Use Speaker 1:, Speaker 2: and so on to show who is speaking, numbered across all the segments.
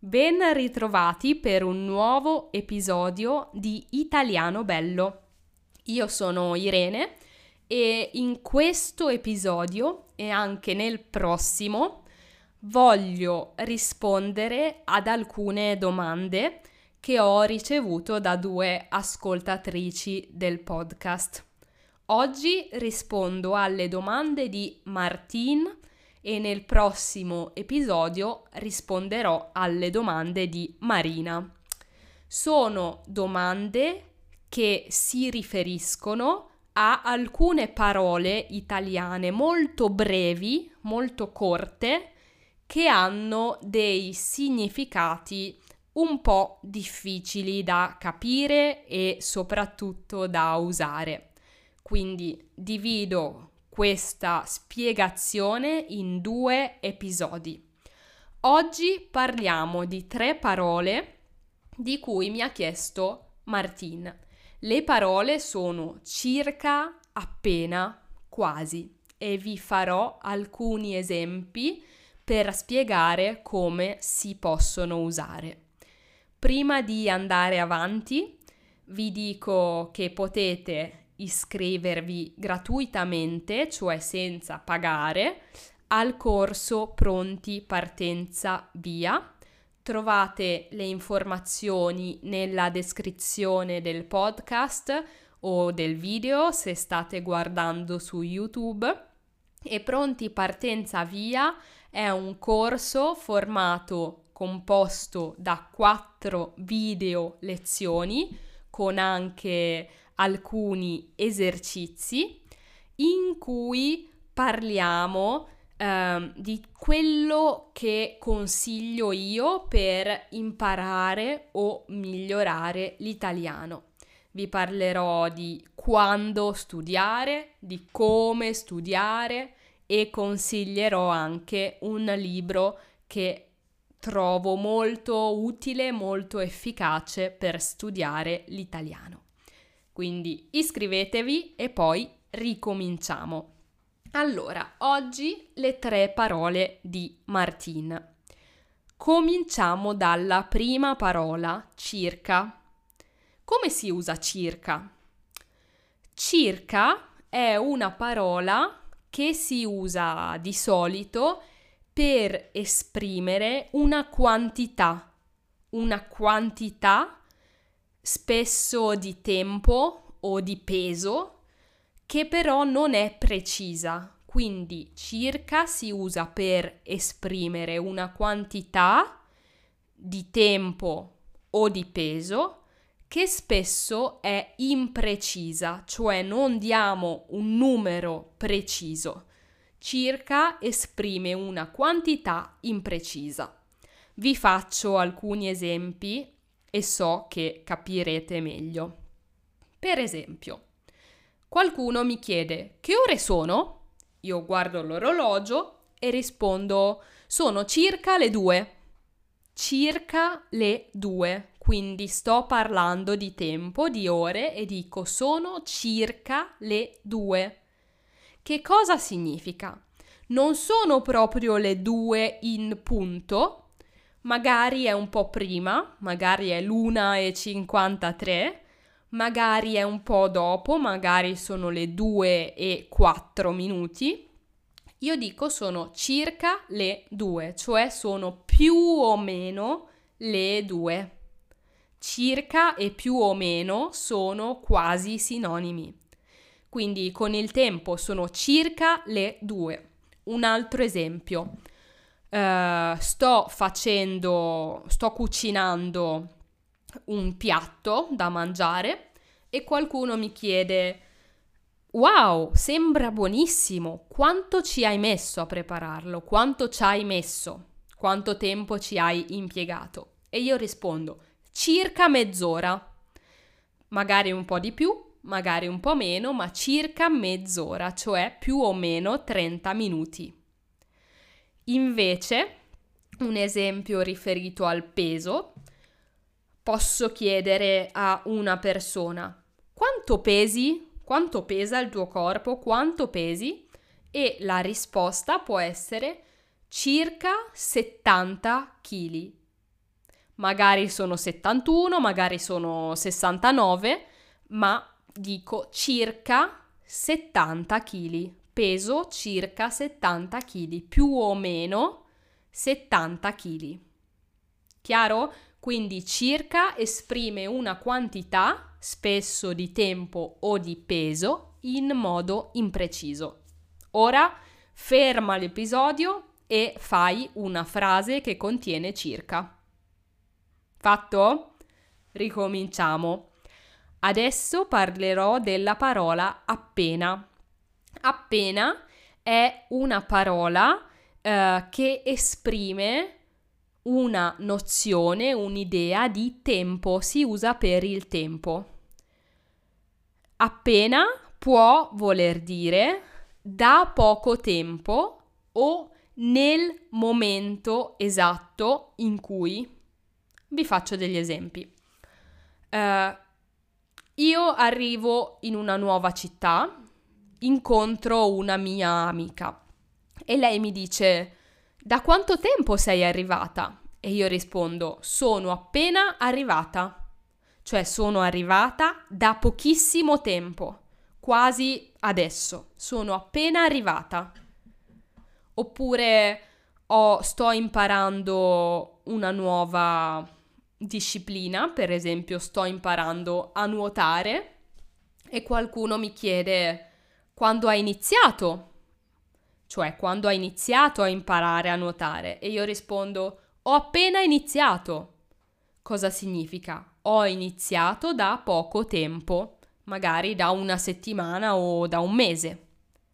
Speaker 1: Ben ritrovati per un nuovo episodio di Italiano Bello. Io sono Irene e in questo episodio e anche nel prossimo voglio rispondere ad alcune domande che ho ricevuto da 2 ascoltatrici del podcast. Oggi rispondo alle domande di Martine e nel prossimo episodio risponderò alle domande di Marina. Sono domande che si riferiscono a alcune parole italiane molto brevi, molto corte, che hanno dei significati un po' difficili da capire e soprattutto da usare. Quindi divido questa spiegazione in 2 episodi. Oggi parliamo di 3 parole di cui mi ha chiesto Martine. Le parole sono circa, appena, quasi e vi farò alcuni esempi per spiegare come si possono usare. Prima di andare avanti, vi dico che potete iscrivervi gratuitamente, cioè senza pagare, al corso Pronti Partenza Via. Trovate le informazioni nella descrizione del podcast o del video se state guardando su YouTube. E Pronti Partenza Via è un corso composto da 4 video lezioni con anche alcuni esercizi in cui parliamo di quello che consiglio io per imparare o migliorare l'italiano. Vi parlerò di quando studiare, di come studiare e consiglierò anche un libro che trovo molto utile, molto efficace per studiare l'italiano. Quindi iscrivetevi e poi ricominciamo. Allora, oggi le 3 parole di Martine. Cominciamo dalla prima parola, circa. Come si usa circa? Circa è una parola che si usa di solito per esprimere una quantità spesso di tempo o di peso, che però non è precisa. Quindi circa si usa per esprimere una quantità di tempo o di peso che spesso è imprecisa, cioè non diamo un numero preciso. Circa esprime una quantità imprecisa. Vi faccio alcuni esempi e so che capirete meglio. Per esempio, qualcuno mi chiede: che ore sono? Io guardo l'orologio e rispondo: sono circa le 2. Circa le 2. Quindi sto parlando di tempo, di ore e dico sono circa le 2. Che cosa significa? Non sono proprio le 2 in punto, magari è un po' prima, magari è l'1:53, magari è un po' dopo, magari sono le 2:04. Io dico sono circa le 2, cioè sono più o meno le 2. Circa e più o meno sono quasi sinonimi. Quindi con il tempo sono circa le 2. Un altro esempio. Sto cucinando un piatto da mangiare e qualcuno mi chiede: wow, sembra buonissimo, quanto ci hai messo a prepararlo? Quanto ci hai messo? Quanto tempo ci hai impiegato? E io rispondo: circa mezz'ora. Magari un po' di più, magari un po' meno, ma circa mezz'ora, cioè più o meno 30 minuti. Invece, un esempio riferito al peso, posso chiedere a una persona: quanto pesi? Quanto pesa il tuo corpo? Quanto pesi? E la risposta può essere circa 70 kg. magari sono 71, magari sono 69, ma dico circa 70 kg, peso circa 70 kg, più o meno 70 kg. Chiaro? Quindi circa esprime una quantità, spesso di tempo o di peso, in modo impreciso. Ora ferma l'episodio e fai una frase che contiene circa. Fatto? Ricominciamo. Adesso parlerò della parola appena. Appena è una parola che esprime una nozione, un'idea di tempo, si usa per il tempo. Appena può voler dire da poco tempo o nel momento esatto in cui. Vi faccio degli esempi. Io arrivo in una nuova città, incontro una mia amica e lei mi dice: da quanto tempo sei arrivata? E io rispondo: sono appena arrivata, cioè sono arrivata da pochissimo tempo, quasi adesso, sono appena arrivata. Oppure sto imparando una nuova disciplina, per esempio sto imparando a nuotare e qualcuno mi chiede: quando hai iniziato? Cioè, quando hai iniziato a imparare a nuotare? E io rispondo: ho appena iniziato. Cosa significa? Ho iniziato da poco tempo, magari da una settimana o da un mese.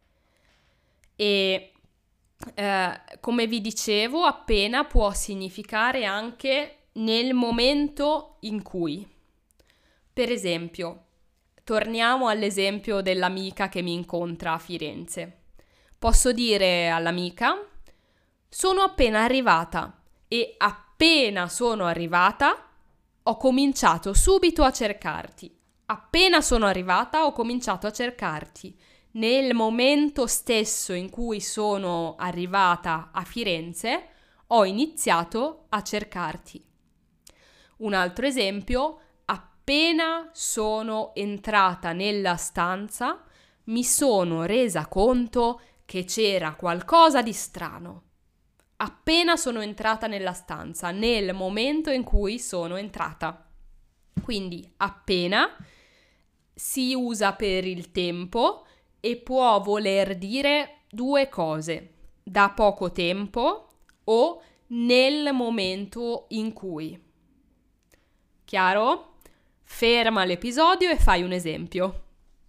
Speaker 1: E come vi dicevo, appena può significare anche nel momento in cui. Per esempio, torniamo all'esempio dell'amica che mi incontra a Firenze. Posso dire all'amica: sono appena arrivata, e appena sono arrivata ho cominciato subito a cercarti. Appena sono arrivata ho cominciato a cercarti. Nel momento stesso in cui sono arrivata a Firenze ho iniziato a cercarti. Un altro esempio: appena sono entrata nella stanza mi sono resa conto che c'era qualcosa di strano. Appena sono entrata nella stanza, nel momento in cui sono entrata. Quindi appena si usa per il tempo e può voler dire due cose: da poco tempo o nel momento in cui. Chiaro? Ferma l'episodio e fai un esempio.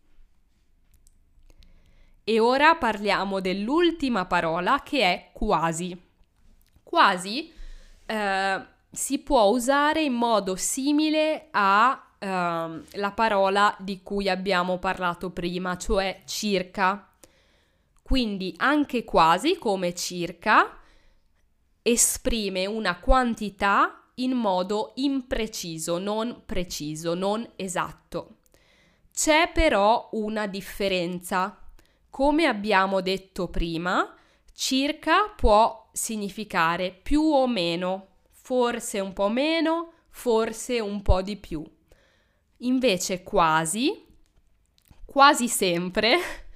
Speaker 1: E ora parliamo dell'ultima parola, che è quasi. Quasi si può usare in modo simile alla parola di cui abbiamo parlato prima, cioè circa. Quindi anche quasi, come circa, esprime una quantità in modo impreciso, non preciso, non esatto. C'è però una differenza. Come abbiamo detto prima, circa può significare più o meno, forse un po' meno, forse un po' di più. Invece quasi sempre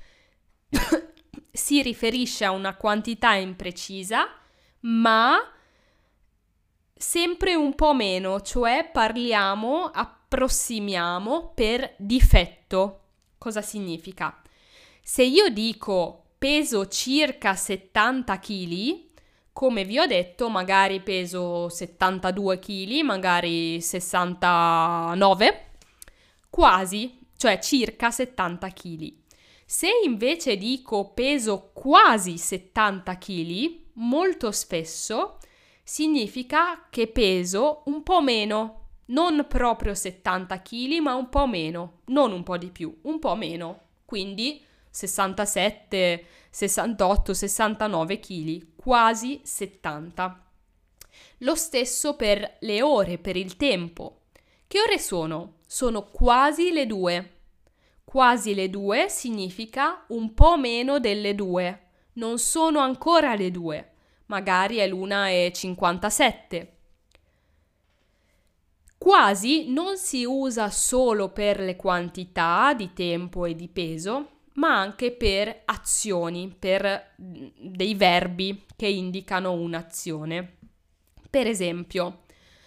Speaker 1: si riferisce a una quantità imprecisa, ma sempre un po' meno, cioè approssimiamo per difetto. Cosa significa? Se io dico peso circa 70 kg, come vi ho detto, magari peso 72 kg, magari 69, quasi, cioè circa 70 kg. Se invece dico peso quasi 70 kg, molto spesso significa che peso un po' meno, non proprio 70 kg, ma un po' meno, non un po' di più, un po' meno. Quindi 67, 68, 69 kg, quasi 70. Lo stesso per le ore, per il tempo. Che ore sono? Sono quasi le 2. Quasi le 2 significa un po' meno delle 2. Non sono ancora le 2. Magari è l'1:57. Quasi non si usa solo per le quantità di tempo e di peso, ma anche per azioni, per dei verbi che indicano un'azione. Per esempio,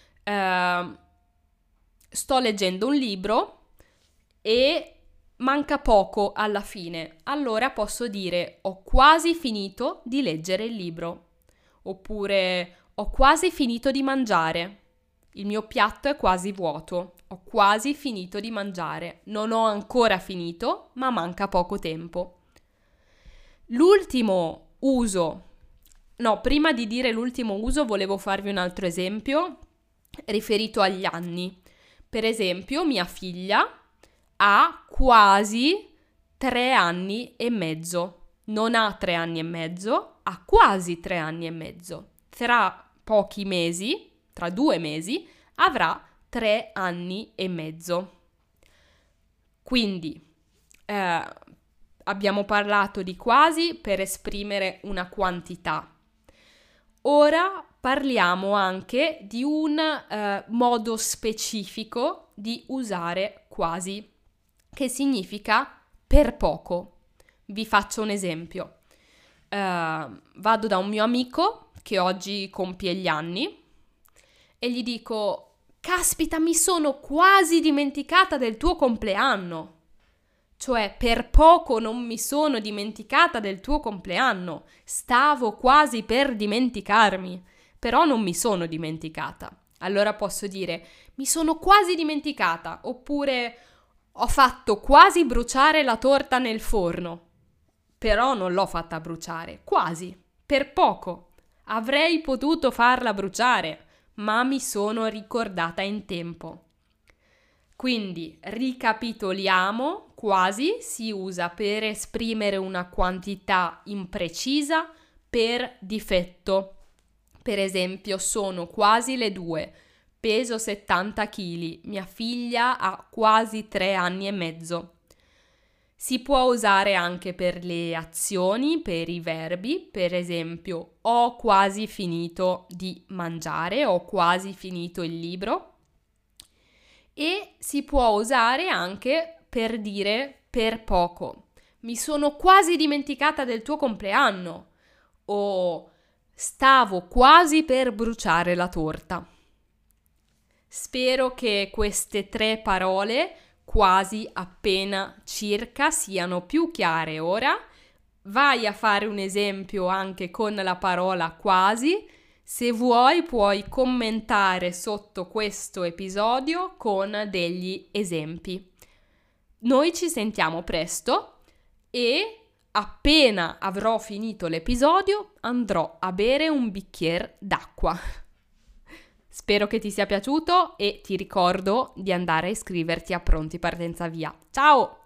Speaker 1: sto leggendo un libro e manca poco alla fine, allora posso dire ho quasi finito di leggere il libro, oppure ho quasi finito di mangiare, il mio piatto è quasi vuoto, ho quasi finito di mangiare, non ho ancora finito, ma manca poco tempo. L'ultimo uso, no, prima di dire l'ultimo uso volevo farvi un altro esempio riferito agli anni. Per esempio, mia figlia ha quasi 3 anni e mezzo. Non ha 3 anni e mezzo, ha quasi 3 anni e mezzo. Tra pochi mesi, tra 2 mesi, avrà 3 anni e mezzo. Quindi abbiamo parlato di quasi per esprimere una quantità. Ora parliamo anche di un modo specifico di usare quasi, che significa per poco. Vi faccio un esempio. Vado da un mio amico che oggi compie gli anni e gli dico: caspita, mi sono quasi dimenticata del tuo compleanno. Cioè, per poco non mi sono dimenticata del tuo compleanno. Stavo quasi per dimenticarmi, però non mi sono dimenticata. Allora posso dire: mi sono quasi dimenticata, oppure ho fatto quasi bruciare la torta nel forno. Però non l'ho fatta bruciare, quasi, per poco. Avrei potuto farla bruciare, ma mi sono ricordata in tempo. Quindi ricapitoliamo, quasi si usa per esprimere una quantità imprecisa per difetto. Per esempio, sono quasi le 2, peso 70 kg, mia figlia ha quasi 3 anni e mezzo. Si può usare anche per le azioni, per i verbi, per esempio, ho quasi finito di mangiare, ho quasi finito il libro. E si può usare anche per dire per poco. Mi sono quasi dimenticata del tuo compleanno, o stavo quasi per bruciare la torta. Spero che queste 3 parole, quasi, appena, circa, siano più chiare ora. Vai a fare un esempio anche con la parola quasi. Se vuoi puoi commentare sotto questo episodio con degli esempi. Noi ci sentiamo presto e appena avrò finito l'episodio andrò a bere un bicchiere d'acqua. Spero che ti sia piaciuto e ti ricordo di andare a iscriverti a Pronti Partenza Via. Ciao!